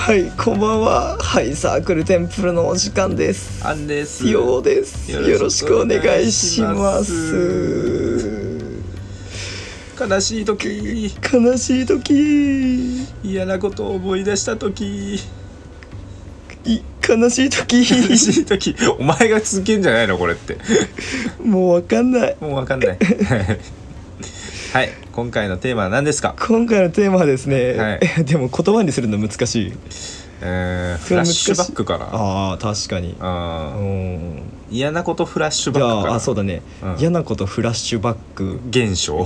はい、こんばんは。はい、サークルテンプルのお時間です。 アンです。 ようです。よろしくお願いします。 悲しい時、 悲しい時、 嫌なことを思い出した時、 悲しい時、 悲しい時、お前が続けんじゃないのこれって。 もうわかんない。 はい、今回のテーマは何ですか？ 今回のテーマはですね、 はい、 でも言葉にするの難しい。 フラッシュバックかな。 ああ、確かに。 嫌なことフラッシュバックかな。 あ、そうだね、嫌なことフラッシュバック現象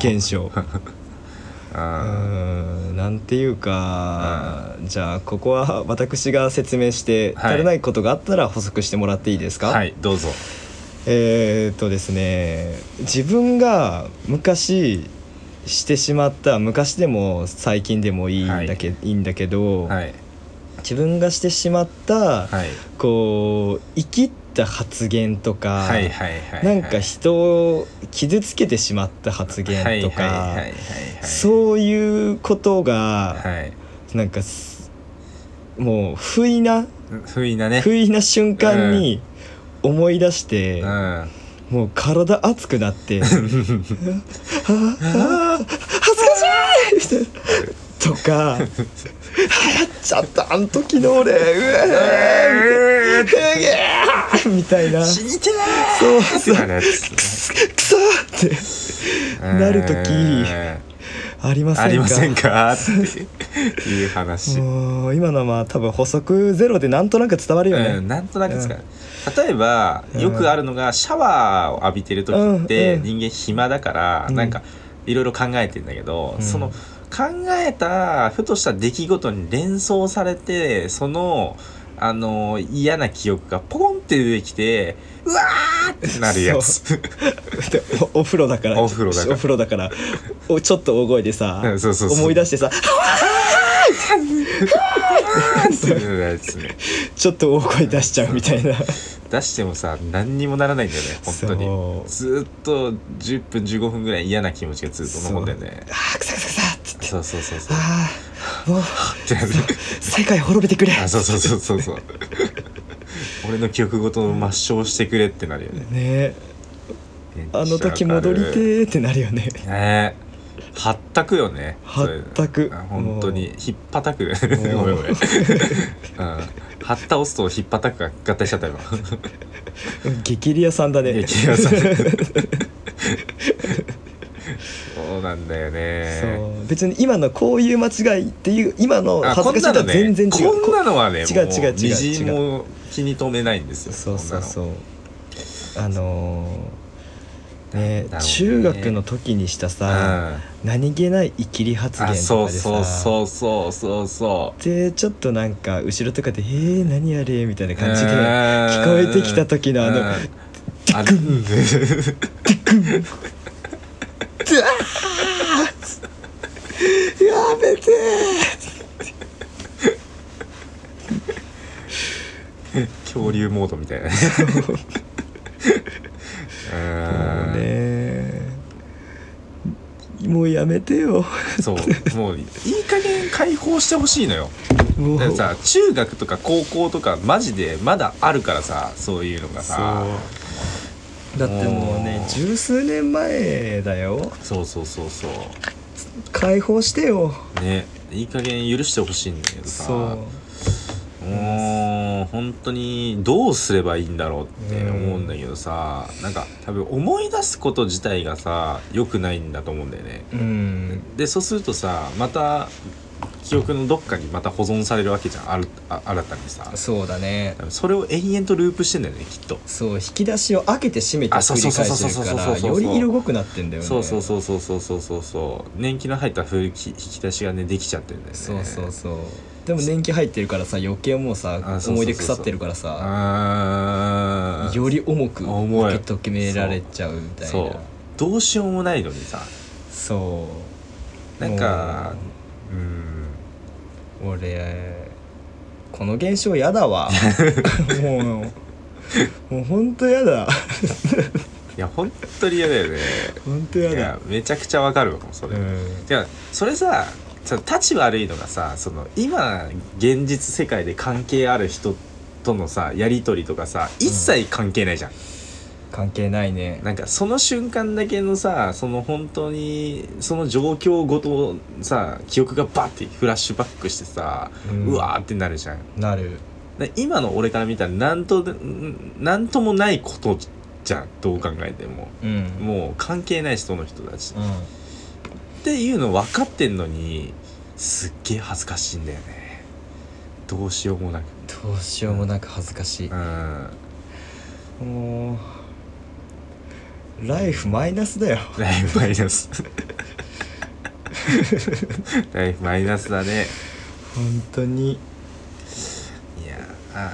なんていうか、じゃあここは私が説明して、足りないことがあったら補足してもらっていいですか？ はい、どうぞ。 ですね、自分が昔してしまった、昔でも最近でもいいんだけど、自分がしてしまった、こう生きった発言とか、なんか人を傷つけてしまった発言とか、そういうことが、なんかもう不意な瞬間に思い出して、もう体熱くなって恥ずかしいみたいなとかやっちゃったあの時の俺みたいな、 死にてーそうくそってなる時ありませんかっていう話。 もう今のはまあ多分補足ゼロでなんとなく伝わるよね、 なんとなく伝わる。例えばよくあるのが、シャワーを浴びてる時って人間暇だから、なんかいろいろ考えてんだけど、その考えたふとした出来事に連想されて、その嫌な記憶がポンって出てきて、うわーってなるやつ。 お風呂だからちょっと大声でさ思い出してさちょっと大声出しちゃうみたいな。 出してもさ何にもならないんだよね本当に。ずっと10分15分ぐらい嫌な気持ちがずっと残ってんだよね。 くさくさくさっつって、 そうもう世界滅びてくれ。 そう俺の記憶ごと抹消してくれってなるよね。 あの時戻りてーってなるよね。 はったくよね。 はったく本当にひっぱたく。ごめんはった押すとひっぱたくが合体しちゃった今。 激レアさんだね。 激レアさん。そうなんだよね。 そう別に今のこういう間違いっていう今の恥ずかしさとは全然違う。 こんなのはね違うみじんも気に留めないんですよ。 そうね、中学の時にしたさ、何気ないイキリ発言とかでさ、そうでちょっとなんか後ろとかで何あれみたいな感じで聞こえてきた時のディクンディクンやめて恐竜モードみたいな。 もうね、もうやめてよ。 そうもういい加減解放してほしいのよ。だからさ中学とか高校とかマジでまだあるからさ、そういうのがさ。 だってもうね十数年前だよ。そう解放してよね。いい加減許してほしいんだけどさ、もう本当にどうすればいいんだろうって思うんだけどさ、なんか多分思い出すこと自体がさ良くないんだと思うんだよね。でそうするとさまた記憶のどっかにまた保存されるわけじゃん、新たにさ。そうだね。それを延々とループしてんだよねきっと。 そう引き出しを開けて閉めて繰り返してるからより色濃くなってんだよね。 そう年季の入った引き出しがねできちゃってるんだよね。 そうでも年季入ってるからさ余計もうさ思い出腐ってるからさより重く受け止められちゃうみたいな。そうどうしようもないのにさ。なんか俺この現象やだわ。もうほんとやだ。 いや本当に嫌だよね。 本当やだ。 めちゃくちゃわかるわそれ。それさ立ち悪いのがさ、その今現実世界で関係ある人とのさやり取りとかさ一切関係ないじゃん、 関係ないね。 なんかその瞬間だけのさ、その本当にその状況ごとさ記憶がバッてフラッシュバックしてさ、うわーってなるじゃん。 なる。 今の俺から見たらなんともないことじゃん、どう考えても、もう関係ない人の人たち、っていうの分かってんのにすっげえ恥ずかしいんだよね。どうしようもなく恥ずかしい。もうライフマイナスだよ。 ライフマイナスライフマイナスだね本当に。 いや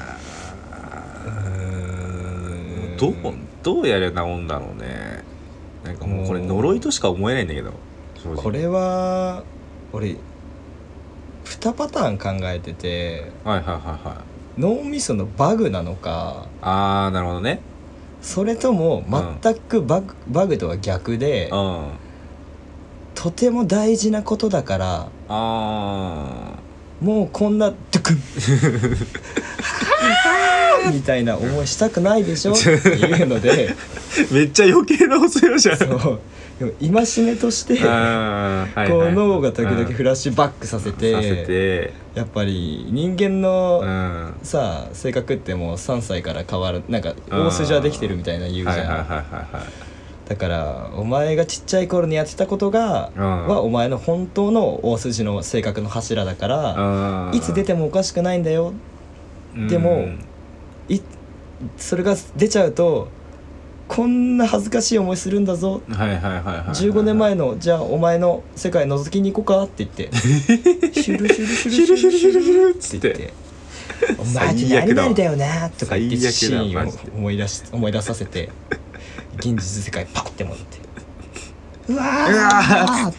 どうやれば治んだろうね。なんかもうこれ呪いとしか思えないんだけど、正直これは俺2パターン考えてて、脳みそのバグなのか、 なるほどね。 それとも全くバグとは逆で、とても大事なことだから、もうこんなドゥクンみたいな思いしたくないでしょっていうのでめっちゃ余計なお世話じゃん。 そうでも戒めとしてこう脳が時々フラッシュバックさせて、やっぱり人間のさ性格ってもう3歳から変わる、なんか大筋はできてるみたいな言うじゃん。だからお前がちっちゃい頃にやってたことがはお前の本当の大筋の性格の柱だから、いつ出てもおかしくないんだよ。でもそれが出ちゃうとこんな恥ずかしい思いするんだぞ。15年前のじゃあお前の世界覗きに行こうかって言ってシュルシュルシュルシュルシュルシュルって言ってお前って何々だよなとか言ってシーンを思い出させて現実世界パッて戻ってうわーって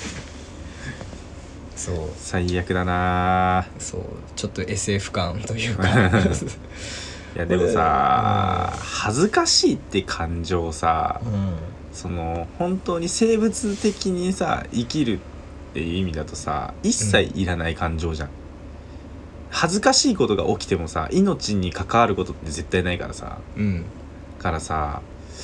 そう最悪だな。 そうちょっと SF 感というかいやでもさ、恥ずかしいって感情さ、その本当に生物的にさ生きるっていう意味だとさ一切いらない感情じゃん、恥ずかしいことが起きてもさ命に関わることって絶対ないからさ、からさ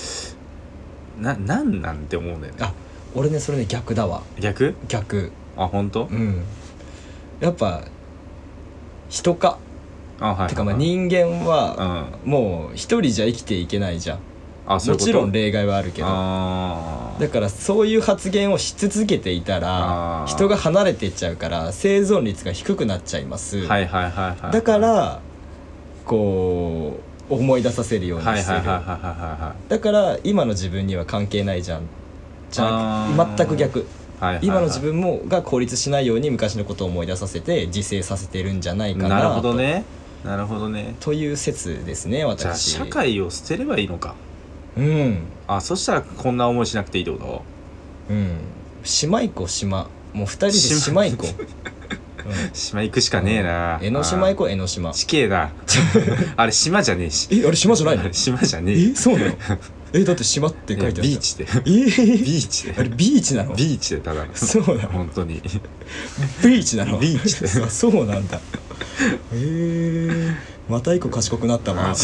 なんて思うんだよね。 俺ねそれね逆だわ。逆本当？ やっぱ人かてかまあ人間はもう一人じゃ生きていけないじゃん。もちろん例外はあるけど、だからそういう発言をし続けていたら人が離れていっちゃうから生存率が低くなっちゃいます。だからこう思い出させるようにする。だから今の自分には関係ないじゃんじゃん、全く逆。今の自分もが孤立しないように昔のことを思い出させて自制させてるんじゃないかな。 なるほどねという説ですね。私じゃあ社会を捨てればいいのか。そしたらこんな思いしなくていいってこと？ 島行こう。もう2人で島行こう島行くしかねえな。 江ノ島行こう。江ノ島地形だあれ島じゃねえし。 あれ島じゃないの？ 島じゃねえ。 そうなの？だって島って書いてある。 ビーチでビーチであれビーチなの？ ビーチでただの。 そうなの？ 本当にビーチなの？ ビーチでそうなんだ。また一個賢くなったわ。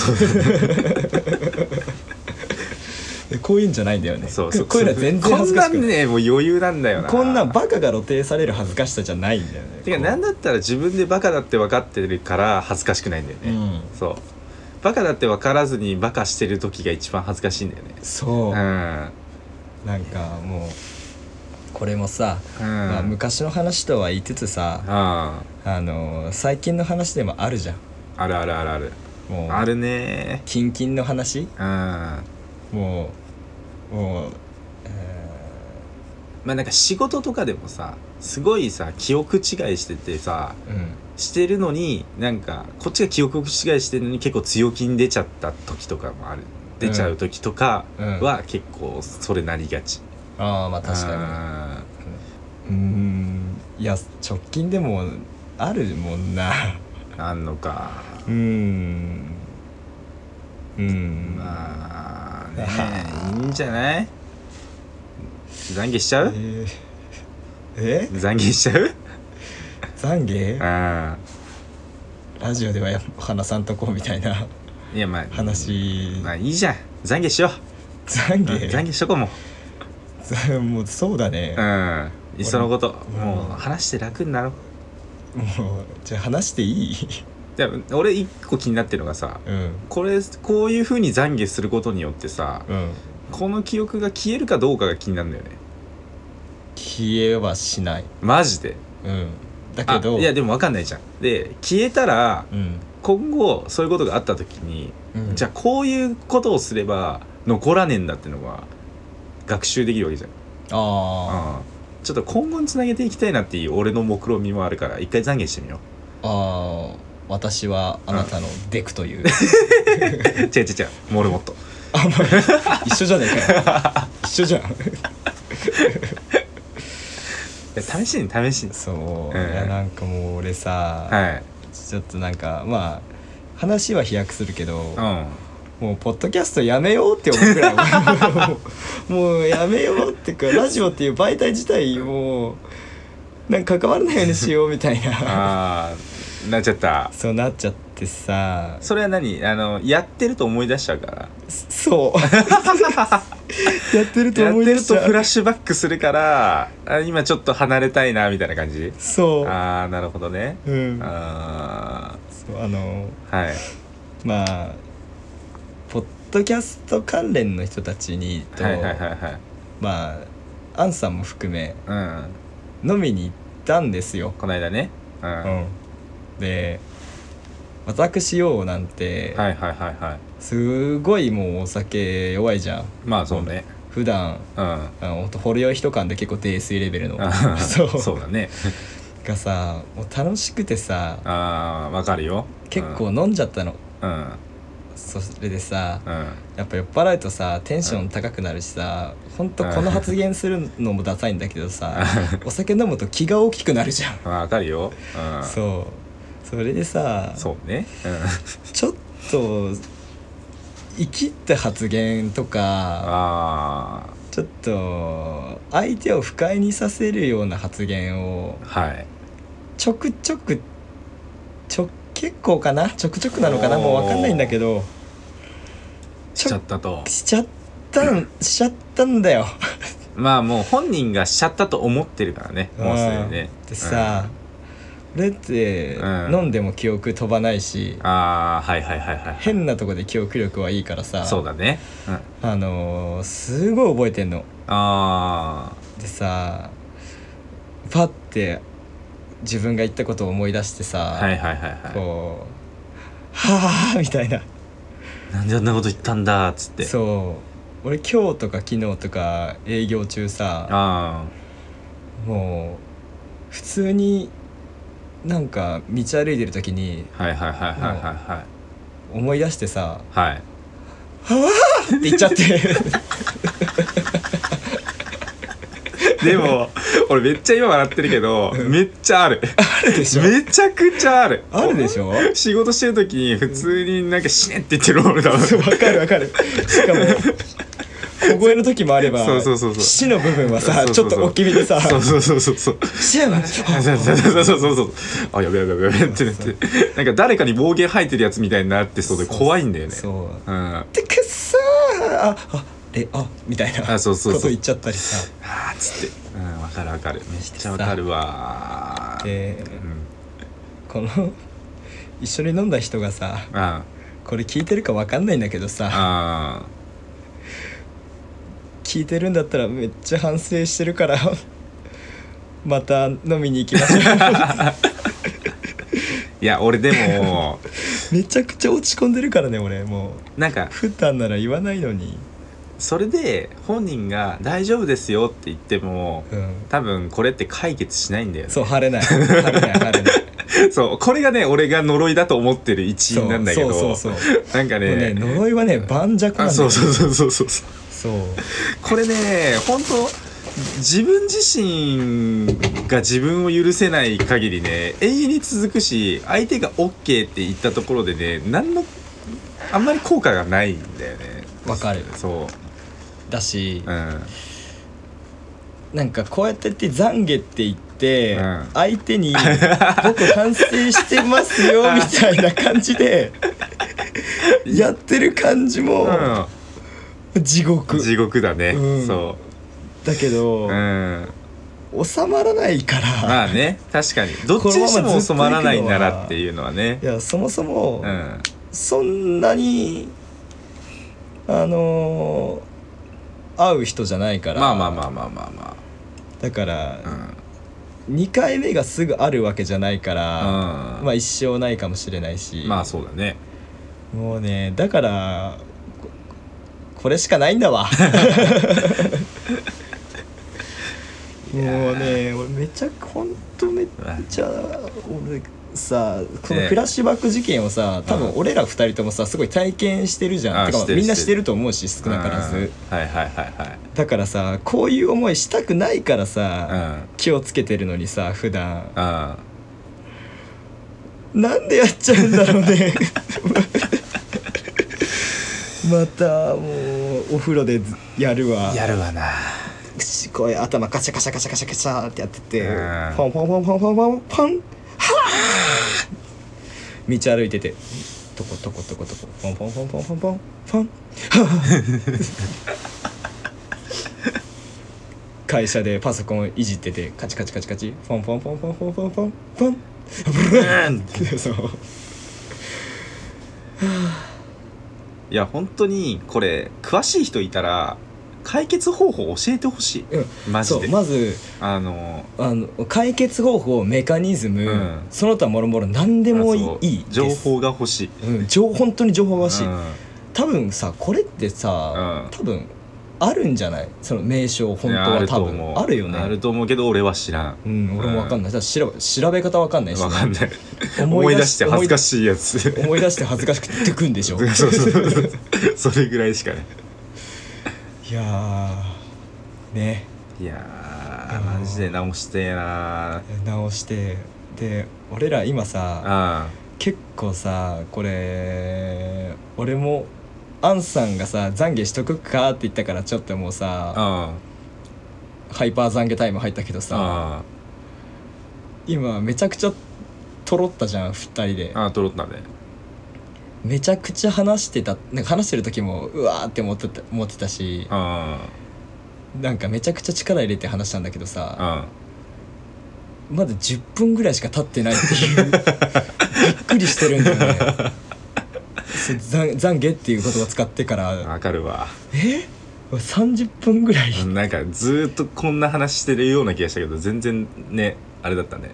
こういうんじゃないんだよね。こういうのは全然恥ずかしくない。 こんなんねもう余裕なんだよな。 こんなんバカが露呈される恥ずかしさじゃないんだよね。 てかなんだったら自分でバカだって分かってるから恥ずかしくないんだよね。そうバカだって分からずにバカしてる時が一番恥ずかしいんだよね。 そう、なんかもうこれもさ、まあ、昔の話とは言いつつさ、最近の話でもあるじゃん。 あるもうあるね。 キンキンの話、もうまあなんか仕事とかでもさすごいさ記憶違いしててさ、してるのになんかこっちが記憶違いしてるのに結構強気に出ちゃった時とかもある。出ちゃう時とかは結構それなりがち。 まあ確かに。いや直近でもあるもんな。 あんのか。まあねいいんじゃない？懺悔しちゃう？懺悔しちゃう？ 懺悔あラジオでは話さんとこみたいないやまあ話。 まあいいじゃん、懺悔しよう。 懺悔、 懺悔しとこうももうそうだね、 いっそのこと、もう話して楽になろう。 もうじゃあ話していい？ じゃあ俺一個気になってるのがさ、こういう風に懺悔することによってさ、この記憶が消えるかどうかが気になるんだよね。 消えはしない。 マジで。 だけどいやでも分かんないじゃん。で消えたら、今後そういうことがあった時に、じゃあこういうことをすれば残らねえんだっていうのが学習できるわけじゃん。ちょっと今後につなげていきたいなっていう俺の目論見みもあるから一回懺悔してみよう。 私はあなたのデクという、 違うモルモット一緒じゃねえかよ一緒じゃん試しにそう、いやなんかもう俺さ、ちょっとなんかまあ話は飛躍するけど、もうポッドキャストやめようって思うくらいもうやめようってか、ラジオっていう媒体自体もうなんか関わらないようにしようみたいななっちゃった。 そうなっちゃってさ。 それは何やってると思い出しちゃうから。 そうやってると思い出しちゃう。 やってるとフラッシュバックするから今ちょっと離れたいなみたいな感じ。 そう。 なるほどね。 そうまあポッドキャスト関連の人たちにと、まあアンさんも含め、飲みに行ったんですよこの間ね。 で私よなんて、すごいもうお酒弱いじゃん。 まあそうね。 普段ほろ酔い一缶で結構泥酔レベルのそうだねがさ、もう楽しくてさ、 わかるよ。 結構飲んじゃったの。それでさ、やっぱ酔っ払うとさテンション高くなるしさ、ほんとこの発言するのもダサいんだけどさお酒飲むと気が大きくなるじゃん。 わかるよ。 それでさ、 そうね、 ちょっと生きった発言とか、ちょっと相手を不快にさせるような発言を、ちょくちょく結構かな、ちょくちょくなのかな、もう分かんないんだけどしちゃったんだよまあもう本人がしちゃったと思ってるからね、もうすでにね。 でさ、俺って飲んでも記憶飛ばないし、変なとこで記憶力はいいからさ。 そうだね、 すごい覚えてんの。でさ、パッて自分が言ったことを思い出してさ、こうはぁみたいな、 なんであんなこと言ったんだっつって。 そう俺今日とか昨日とか営業中さ、もう普通になんか道歩いてる時に思い出してさ、はぁって言っちゃってでも俺めっちゃ今笑ってるけど、めっちゃあるでしょ。めちゃくちゃあるでしょ。 仕事してる時に普通になんか死ねって言ってる俺だわ。 分かるしかも小声の時もあれば、死の部分はさちょっと大きめでさ、死やばいやべってなって、なんか誰かに暴言吐いてるやつみたいになってそうで怖いんだよね。 でくっそーみたいなこと言っちゃったりさ、 つって。わかるめっちゃわかるわ。 で、この一緒に飲んだ人がさ、これ聞いてるかわかんないんだけどさ、聞いてるんだったらめっちゃ反省してるからまた飲みに行きましょういや俺でもめちゃくちゃ落ち込んでるからね俺。もうなんか普段なら言わないのに。 それで本人が大丈夫ですよって言っても、多分これって解決しないんだよね。 そう晴れないそうこれがね俺が呪いだと思ってる一因なんだけど、なんかね呪いはね盤石なんだよ。 そうこれね本当自分自身が自分を許せない限りね永遠に続くし、相手が OK って言ったところでねあんまり効果がないんだよね。 わかる。 そうだし、なんかこうやって懺悔って言っって相手に僕反省してますよみたいな感じでやってる感じも地獄だね、 そうだけど、収まらないからまあね、確かにどっちにしても収まらないならっていうのはね、 いやそもそも、そんなに会う人じゃないから、 まあだから、2回目がすぐあるわけじゃないから、まあ一生ないかもしれないし、 まあそうだね、 もうねだからこれしかないんだわもうね俺めちゃほんとめっちゃ俺さこのフラッシュバック事件をさ多分俺ら2人ともさすごい体験してるじゃん、てかみんなしてると思うし少なからず、だからさこういう思いしたくないからさ、気をつけてるのにさ普段なんでやっちゃうんだろうねまたもうお風呂でやるわな、 こういう頭カシャカシャカシャカシャカシャってやってて、ポンポンポンポンポンポンポン道歩いててトコトコトコトコポンポンポンポンポンポンポン会社でパソコンいじっててカチカチカチカチポンポンポンポンポンポンポンポンそういや本当にこれ詳しい人いたら解決方法教えてほしい、マジで。 そうまず解決方法メカニズム、その他もろもろ何でもいいです。 情報が欲しい、 本当に情報が欲しい、多分さこれってさ、多分あるんじゃない、その名称本当は多分あるよね。 あると思うけど俺は知らん、 俺も分かんない。調べ方分かんないし、 分かんない思い出して恥ずかしいやつ思い出して恥ずかしくてくんでしょそうそれぐらいしかね。 いやね、 いやマジで直してえな、 直してで俺ら今さ結構さこれ俺もアンさんがさ懺悔しとくかって言ったからちょっともうさハイパー懺悔タイム入ったけどさ今めちゃくちゃとろったじゃん2人で。 とろったね。 めちゃくちゃ話してた、なんか話してる時もうわーって思ってたし、なんかめちゃくちゃ力入れて話したんだけどさ、まだ10分ぐらいしか経ってないっていうびっくりしてるんだよね懺悔っていう言葉使ってからわかるわ。 30分ぐらいなんかずっとこんな話してるような気がしたけど全然ねあれだったね。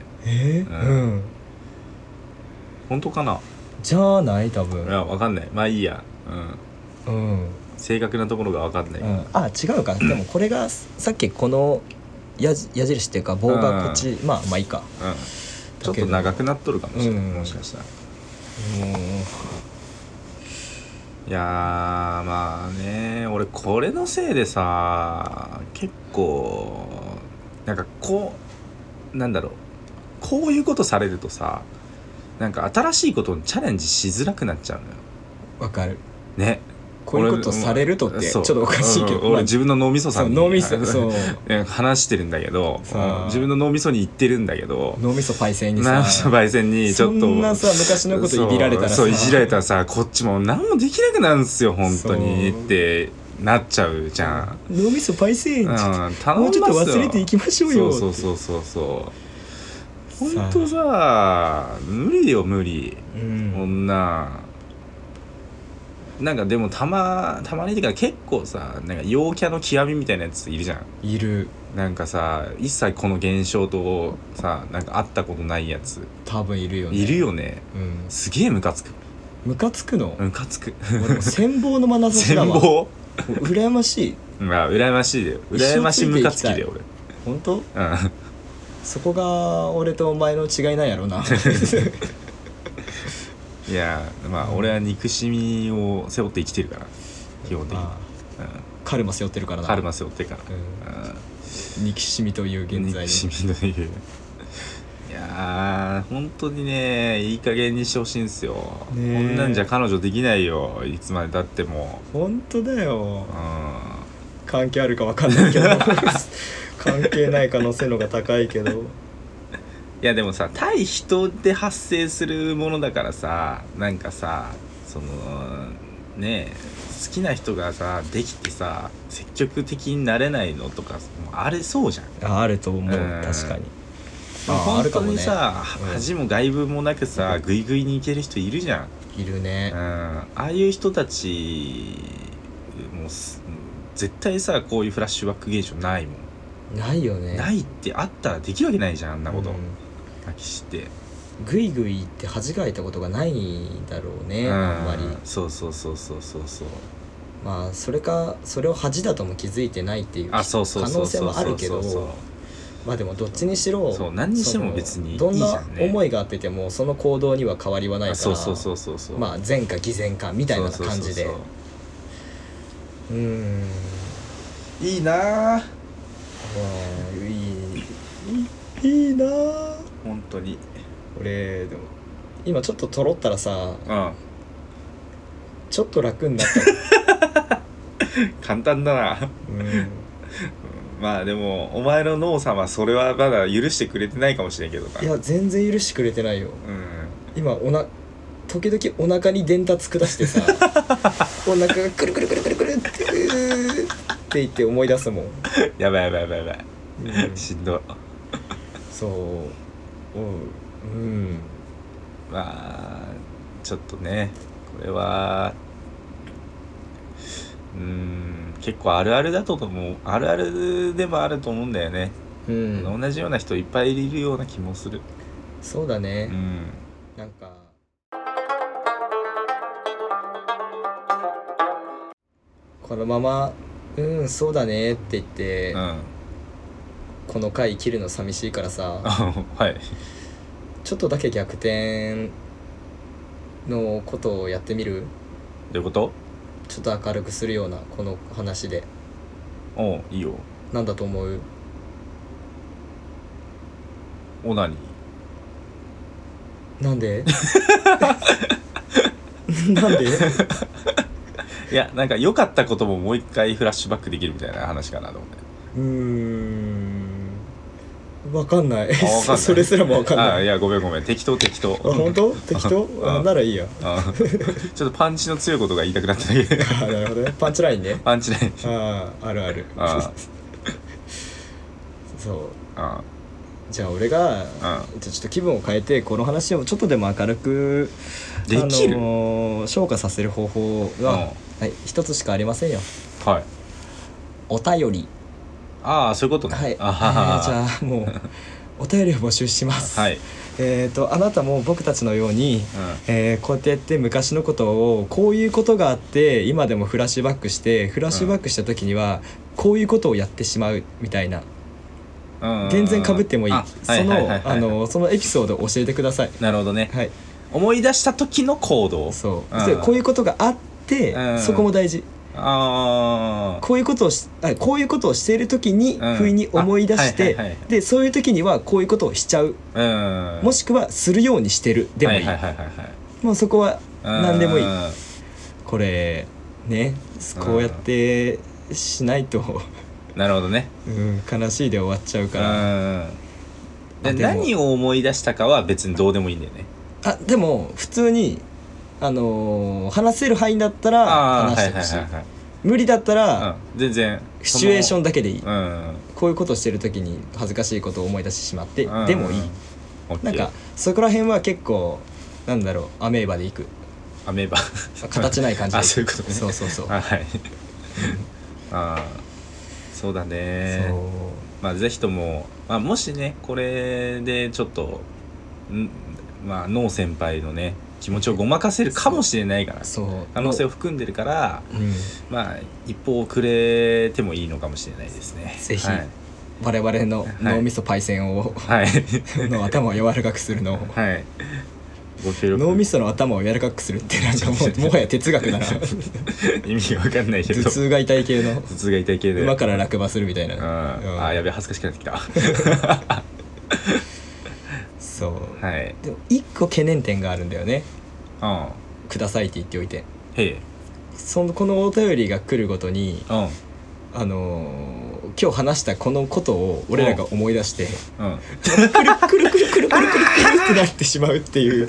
本当かなじゃない多分。 いやわかんない、まあいいや、正確なところがわかんない、 違うかでもこれがさっきこの矢印っていうか棒がこっち、まあいいか、 ちょっと長くなっとるかもしれない、もしかしたら。いやまあね俺これのせいでさ結構なんかなんだろう、こういうことされるとさなんか新しいことにチャレンジしづらくなっちゃうのよ。 わかるね。 こういうことされるとってちょっとおかしいけど、 俺自分の脳みそさんに話してるんだけど、自分の脳みそに言ってるんだけど、 脳みそパイセンにさ、 脳みそパイセンにちょっとそんなさ昔のこといじられたらさ、 いじられたらさこっちも何もできなくなるんすよ本当にってなっちゃうじゃん。 脳みそパイセン、もうちょっと忘れていきましょうよ。 そう本当さ無理よ無理、なんかでもたまにってか結構さなんか陽キャの極みみたいなやついるじゃん。 いる。 なんかさ一切この現象とさなんか会ったことないやつ多分いるよね。 いるよね、すげえムカつく。 ムカつくの？ ムカつく。 俺も羨望の眼差しだわ。羨望？羨ましい。 まあ羨ましいだよ。羨ましいムカつきだよ俺。 本当？そこが俺とお前の違いなんやろうな。 いやまあ俺は憎しみを背負って生きてるから基本的に、 カルマ背負ってるからな。 カルマ背負ってるから、 憎しみという現在に憎しみという。いや本当にねいい加減にしてほしいんですよ。こんなんじゃ彼女できないよいつまでたっても。 本当だよ、関係あるか分かんないけど関係ない可能性の方が高いけどいやでもさ対人で発生するものだからさ、なんかさそのねえ好きな人がさできてさ積極的になれないのとかあれそうじゃん。 あると思う、確かに。 本当にさ、 ね、 恥も外部もなくさグイグイにいける人いるじゃん。 いるね。 ああいう人たちもう絶対さこういうフラッシュバック現象ないもん。 ないよね。 ないってあったらできるわけないじゃん、あんなこと。泣きしてグイグイって恥かいたことがないだろうね、あんまり。 そうまあそれを恥だとも気づいてないっていう可能性もあるけど、まあでもどっちにしろそう何にしても別にいいじゃんね。 どんな思いがあっててもその行動には変わりはないから、まあ善か偽善かみたいな感じで、 いいなあ、 いいなあ本当に。 俺でも今ちょっととろったらさ、ちょっと楽になった簡単だな。まあでもお前の脳さはそれはまだ許してくれてないかもしれんけどな。 いや全然許してくれてないよ、今時々お腹に伝達下してさお腹がくるくるくるくるくるって言って思い出すもん。 やばい、しんどい。 そうまあちょっとねこれは結構あるあるだと思う。あるあるでもあると思うんだよね。同じような人いっぱいいるような気もする。 そうだね。なんかこのままそうだねって言って、この回切るの寂しいからさはい、 ちょっとだけ逆転のことをやってみる？ どういうこと？ ちょっと明るくするようなこの話で。 いいよ。 なんだと思う？ 何？ なんで？なんで？ いやなんか良かったことももう一回フラッシュバックできるみたいな話かなと思って。 分かんない。それすらも分かんない。 いやごめん適当。 本当？適当？ならいいや。 ちょっとパンチの強いことが言いたくなっただけ。 なるほどね。パンチラインね。 パンチライン。 ある。そう。じゃあ俺がちょっと気分を変えてこの話をちょっとでも明るくできる消化させる方法が一つしかありませんよ。 はい。 お便り。 そういうことね。 はい。じゃあもうお便りを募集します。 はい。 あなたも僕たちのように、こうやって昔のことをこういうことがあって今でもフラッシュバックした時にはこういうことをやってしまうみたいな、全然被ってもいい、そのエピソードを教えてください。 なるほどね。 はい。 思い出した時の行動。 そう。こういうことがあって、そこも大事。こういうことをしている時に不意に思い出して、でそういう時にはこういうことをしちゃう、もしくはするようにしてるでもいい。もうそこは何でもいい。これね、こうやってしないとなるほどね。 悲しいで終わっちゃうから。 何を思い出したかは別にどうでもいいんだよね。でも普通に話せる範囲だったら話してほしい。無理だったら、 全然シチュエーションだけでいい。こういうことをしてる時に恥ずかしいことを思い出してしまってでもいい。なんかそこら辺は結構なんだろう、アメーバでいく。 アメーバ形ない感じで。 そういうことね。 そうはいそうだね。ぜひとも、もしねこれでちょっとノー先輩のね気持ちをごまかせるかもしれないから、可能性を含んでるから、一歩遅れてもいいのかもしれないですね。 ぜひ、我々の脳みそパイセンを、の頭を柔らかくするのを、脳みその頭を柔らかくするってなんかもはや哲学だな。 意味わかんないけど、 頭痛が痛い系ので馬から落馬するみたいな。 やべえ恥ずかしくなってきた。 そう、でも一個懸念点があるんだよね。くださいって言っておいて、このお便りが来るごとに今日話したこのことを俺らが思い出して、 うん、 くるくるくるくるくるくるってなってしまうっていう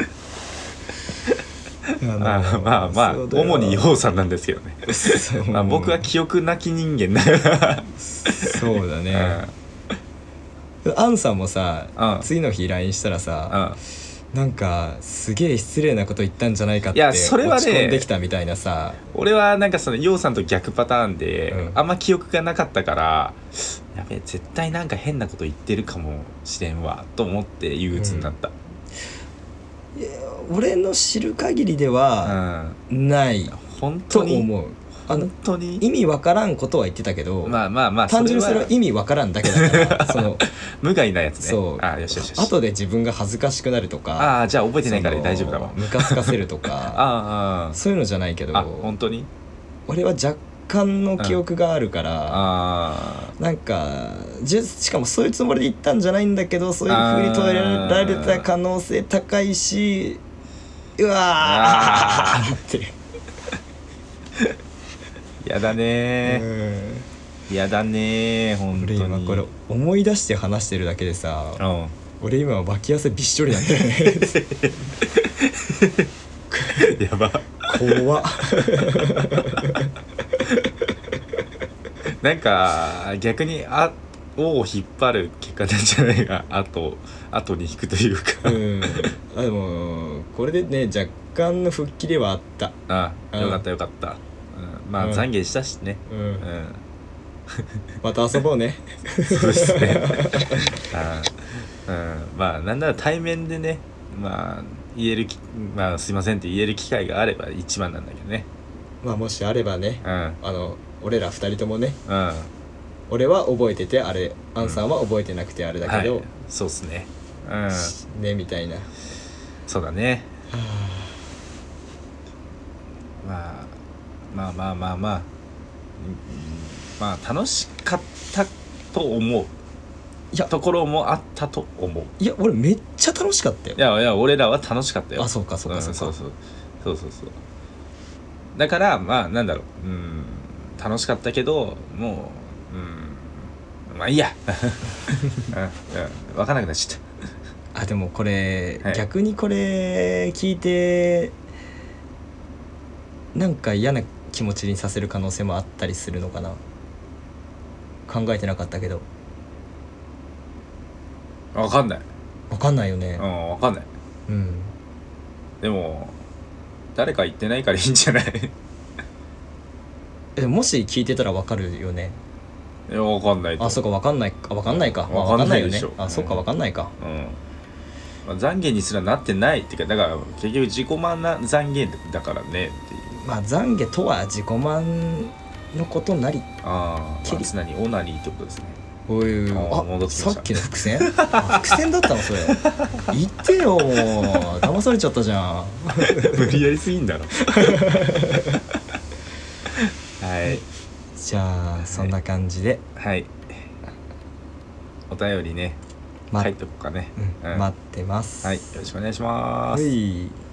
まあ主に陽さんなんですけどねまあ僕は記憶なき人間だからそうだね、アンさんもさ、次の日 LINE したらさ、なんかすげえ失礼なこと言ったんじゃないかって落ち込んできたみたいなさ。 俺はなんかその陽さんと逆パターンで、あんま記憶がなかったから、やべえ絶対なんか変なこと言ってるかもしれんわと思って憂鬱になった、 いや俺の知る限りではないと思う。 本当に意味わからんことは言ってたけど、 まあ単純にそれは意味わからんだけだからその無害なやつね。 そう、 よし後で自分が恥ずかしくなるとか、 じゃあ覚えてないから大丈夫だわ、 ムカつかせるとかそういうのじゃないけど、 本当に俺は若干の記憶があるから、なんかしかもそういうつもりで言ったんじゃないんだけど、そういう風に捉えられた可能性高いし、うわーってやだねやだね本当に。 俺今これ思い出して話してるだけでさ、俺今脇汗びっしょりなんだよねやば怖っなんか逆に尾を引っ張る結果なんじゃないか、後に引くというかでもこれでね若干の吹っ切れはあった。 よかった、まあ懺悔したしね、 また遊ぼうねそうですねまあなんなら対面でね、まあ言えるすいませんって言える機会があれば一番なんだけどね。 まあもしあればね、俺ら二人ともね、俺は覚えててあれ、アンさんは覚えてなくてあれだけど、 そうっすね、 ねみたいな。 そうだね。まあ楽しかったと思うところもあったと思う。 いや俺めっちゃ楽しかったよ。 いや俺らは楽しかったよ。 そうかそうだからまあなんだろう、楽しかったけどもうまあいいや分からなくなっちゃった。 でもこれ、逆にこれ聞いてなんか嫌な気持ちにさせる可能性もあったりするのかな。考えてなかったけど。 分かんないよね。 分かんない。でも誰か言ってないからいいんじゃないもし聞いてたら分かるよね。 分かんないと。 そうか分かんないか。分かんないよね。そうか分かんないか。 懺悔にすらなってないっていうか、だから結局自己満な懺悔だからねっていう。 懺悔とは自己満のことなり。 常にオナニーってことですね。 さっきの伏線伏線だったのそれ言ってよ、もう騙されちゃったじゃん無理やりすぎんだろじゃあそんな感じでお便りね書いとこうかね。 待ってます。 よろしくお願いします。